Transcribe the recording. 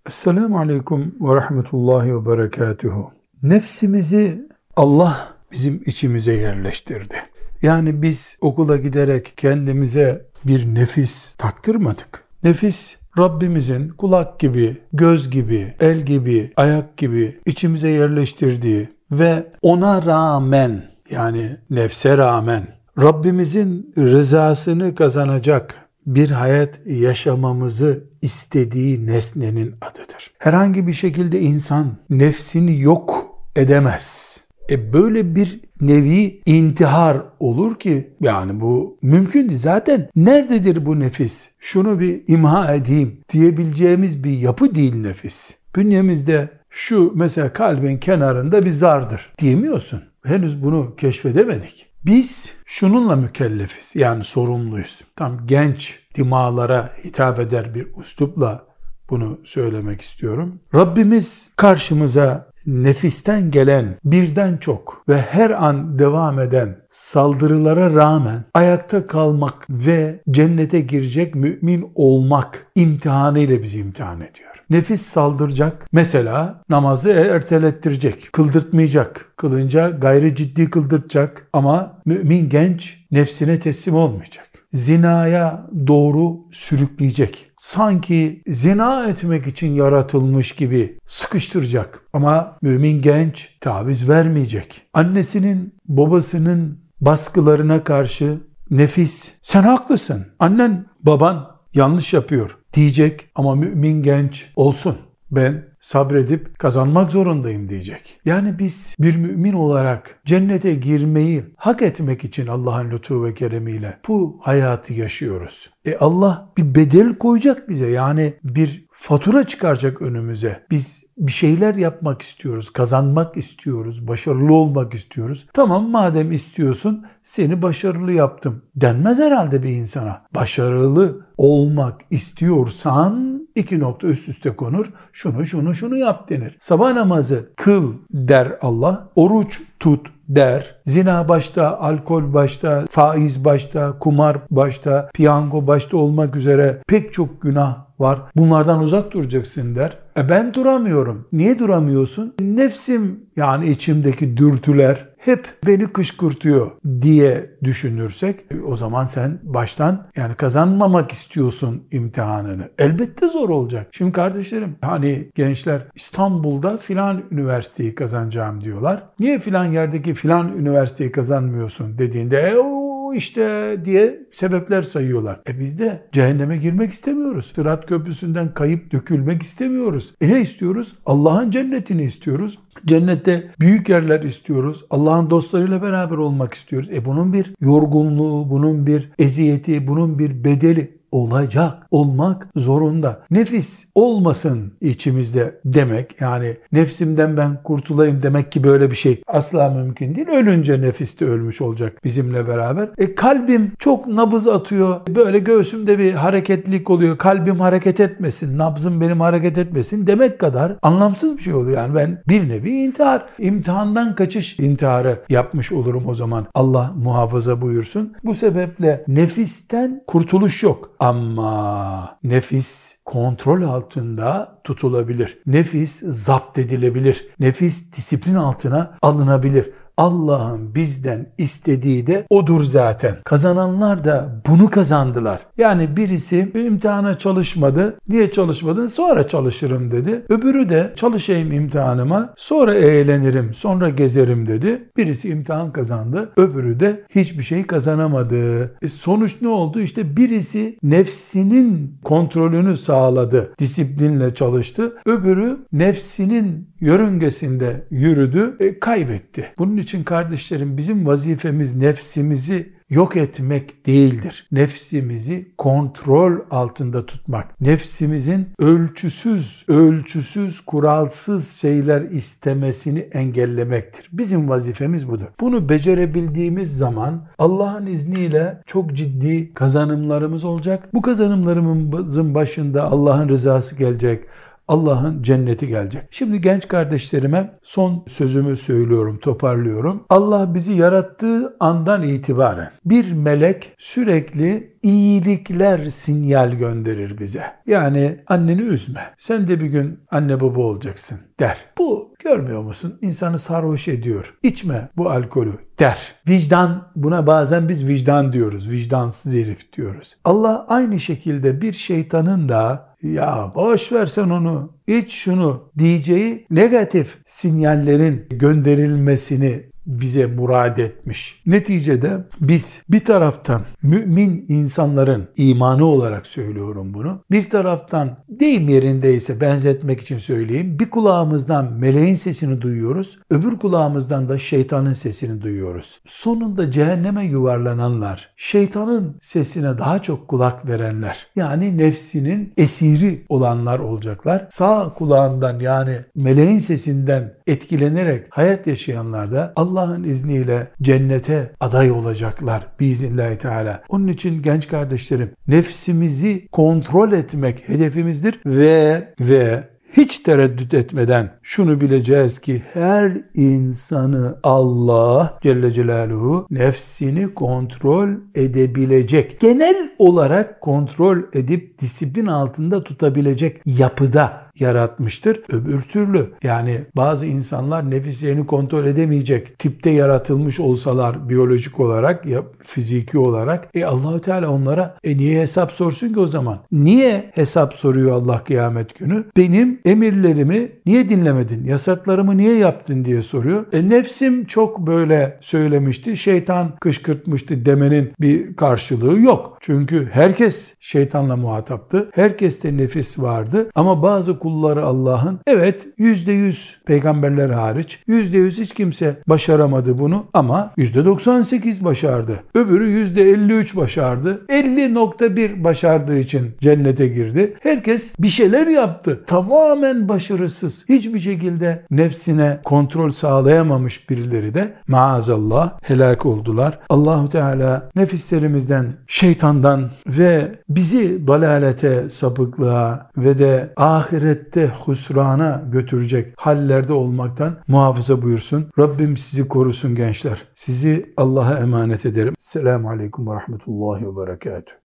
Esselamu Aleyküm ve Rahmetullahi ve Berekatuhu. Nefsimizi Allah bizim içimize yerleştirdi. Yani biz okula giderek kendimize bir nefis taktırmadık. Nefis Rabbimizin kulak gibi, göz gibi, el gibi, ayak gibi içimize yerleştirdiği ve ona rağmen, yani nefse rağmen Rabbimizin rızasını kazanacak bir hayat yaşamamızı istediği nesnenin adıdır. Herhangi bir şekilde insan nefsini yok edemez. Böyle bir nevi intihar olur ki, yani bu mümkün değil. Zaten nerededir bu nefis? Şunu bir imha edeyim diyebileceğimiz bir yapı değil nefis. Bünyemizde şu mesela kalbin kenarında bir zardır diyemiyorsun. Henüz bunu keşfedemedik. Biz şununla mükellefiz, yani sorumluyuz. Tam genç dimağlara hitap eder bir üslupla bunu söylemek istiyorum. Rabbimiz karşımıza nefisten gelen birden çok ve her an devam eden saldırılara rağmen ayakta kalmak ve cennete girecek mümin olmak imtihanıyla bizi imtihan ediyor. Nefis saldıracak. Mesela namazı ertelettirecek, kıldırtmayacak. Kılınca gayri ciddi kıldırtacak ama mümin genç nefsine teslim olmayacak. Zinaya doğru sürükleyecek. Sanki zina etmek için yaratılmış gibi sıkıştıracak. Ama mümin genç taviz vermeyecek. Annesinin, babasının baskılarına karşı nefis, sen haklısın, annen, baban yanlış yapıyor diyecek ama mümin genç olsun, ben sabredip kazanmak zorundayım diyecek. Yani biz bir mümin olarak cennete girmeyi hak etmek için Allah'ın lütfu ve keremiyle bu hayatı yaşıyoruz. Allah bir bedel koyacak bize, yani bir fatura çıkaracak önümüze. Biz bir şeyler yapmak istiyoruz, kazanmak istiyoruz, başarılı olmak istiyoruz. Tamam, madem istiyorsun seni başarılı yaptım denmez herhalde bir insana. Başarılı olmak istiyorsan iki nokta üst üste konur. Şunu yap denir. Sabah namazı kıl der Allah. Oruç tut der. Zina başta, alkol başta, faiz başta, kumar başta, piyango başta olmak üzere pek çok günah var. Bunlardan uzak duracaksın der. Ben duramıyorum. Niye duramıyorsun? Nefsim, yani içimdeki dürtüler hep beni kışkırtıyor diye düşünürsek o zaman sen baştan yani kazanmamak istiyorsun imtihanını. Elbette zor olacak. Şimdi kardeşlerim, hani gençler İstanbul'da filan üniversiteyi kazanacağım diyorlar. Niye filan yerdeki filan üniversiteyi kazanmıyorsun dediğinde işte diye sebepler sayıyorlar. Biz de cehenneme girmek istemiyoruz. Sırat köprüsünden kayıp dökülmek istemiyoruz. Ne istiyoruz? Allah'ın cennetini istiyoruz. Cennette büyük yerler istiyoruz. Allah'ın dostlarıyla beraber olmak istiyoruz. Bunun bir yorgunluğu, bunun bir eziyeti, bunun bir bedeli olacak, olmak zorunda. Nefis olmasın içimizde demek, yani nefsimden ben kurtulayım demek ki böyle bir şey asla mümkün değil. Ölünce nefis de ölmüş olacak bizimle beraber. Kalbim çok nabız atıyor, böyle göğsümde bir hareketlilik oluyor, kalbim hareket etmesin, nabzım benim hareket etmesin demek kadar anlamsız bir şey oluyor. Yani ben bir nevi intihar, imtihandan kaçış intiharı yapmış olurum o zaman. Allah muhafaza buyursun. Bu sebeple nefisten kurtuluş yok. Ama nefis kontrol altında tutulabilir. Nefis zapt edilebilir. Nefis disiplin altına alınabilir. Allah'ın bizden istediği de odur zaten. Kazananlar da bunu kazandılar. Yani birisi imtihana çalışmadı. Niye çalışmadın? Sonra çalışırım dedi. Öbürü de çalışayım imtihanıma, sonra eğlenirim, sonra gezerim dedi. Birisi imtihan kazandı. Öbürü de hiçbir şey kazanamadı. Sonuç ne oldu? İşte birisi nefsinin kontrolünü sağladı. Disiplinle çalıştı. Öbürü nefsinin yörüngesinde yürüdü. Kaybetti. Bunun için kardeşlerim, bizim vazifemiz nefsimizi yok etmek değildir. Nefsimizi kontrol altında tutmak. Nefsimizin ölçüsüz, kuralsız şeyler istemesini engellemektir. Bizim vazifemiz budur. Bunu becerebildiğimiz zaman Allah'ın izniyle çok ciddi kazanımlarımız olacak. Bu kazanımlarımızın başında Allah'ın rızası gelecek. Allah'ın cenneti gelecek. Şimdi genç kardeşlerime son sözümü söylüyorum, toparlıyorum. Allah bizi yarattığı andan itibaren bir melek sürekli iyilikler sinyal gönderir bize. Yani anneni üzme. Sen de bir gün anne baba olacaksın der. Bu görmüyor musun? İnsanı sarhoş ediyor. İçme bu alkolü der. Vicdan, buna bazen biz vicdan diyoruz. Vicdansız herif diyoruz. Allah aynı şekilde bir şeytanın da ya boş versen onu, iç şunu diyeceği negatif sinyallerin gönderilmesini bize murad etmiş. Neticede biz bir taraftan mümin insanların imanı olarak söylüyorum bunu. Bir taraftan deyim yerindeyse benzetmek için söyleyeyim. Bir kulağımızdan meleğin sesini duyuyoruz. Öbür kulağımızdan da şeytanın sesini duyuyoruz. Sonunda cehenneme yuvarlananlar, şeytanın sesine daha çok kulak verenler, yani nefsinin esiri olanlar olacaklar. Sağ kulağından yani meleğin sesinden etkilenerek hayat yaşayanlar da Allah'ın izniyle cennete aday olacaklar biiznillahü teala. Onun için genç kardeşlerim, nefsimizi kontrol etmek hedefimizdir ve hiç tereddüt etmeden şunu bileceğiz ki her insanı Allah Celle Celaluhu nefsini kontrol edebilecek, genel olarak kontrol edip disiplin altında tutabilecek yapıda yaratmıştır. Öbür türlü yani bazı insanlar nefislerini kontrol edemeyecek tipte yaratılmış olsalar biyolojik olarak ya fiziki olarak Allah-u Teala onlara niye hesap sorsun ki o zaman? Niye hesap soruyor Allah kıyamet günü? Benim emirlerimi niye dinlemedin? Yasaklarımı niye yaptın diye soruyor. Nefsim çok böyle söylemişti. Şeytan kışkırtmıştı demenin bir karşılığı yok. Çünkü herkes şeytanla muhataptı. Herkeste nefis vardı. Ama bazı kulları Allah'ın evet %100 peygamberler hariç %100 hiç kimse başaramadı bunu ama %98 başardı. Öbürü %53 başardı. 50.1 başardığı için cennete girdi. Herkes bir şeyler yaptı. Tamamen başarısız. Hiçbir şekilde nefsine kontrol sağlayamamış birileri de maazallah helak oldular. Allah-u Teala nefislerimizden, şeytandan ve bizi dalalete, sapıklığa ve de ahirette husrana götürecek hallerde olmaktan muhafaza buyursun. Rabbim sizi korusun gençler. Sizi Allah'a emanet ederim. Selamun Aleyküm ve Rahmetullahi ve Berekatuhu.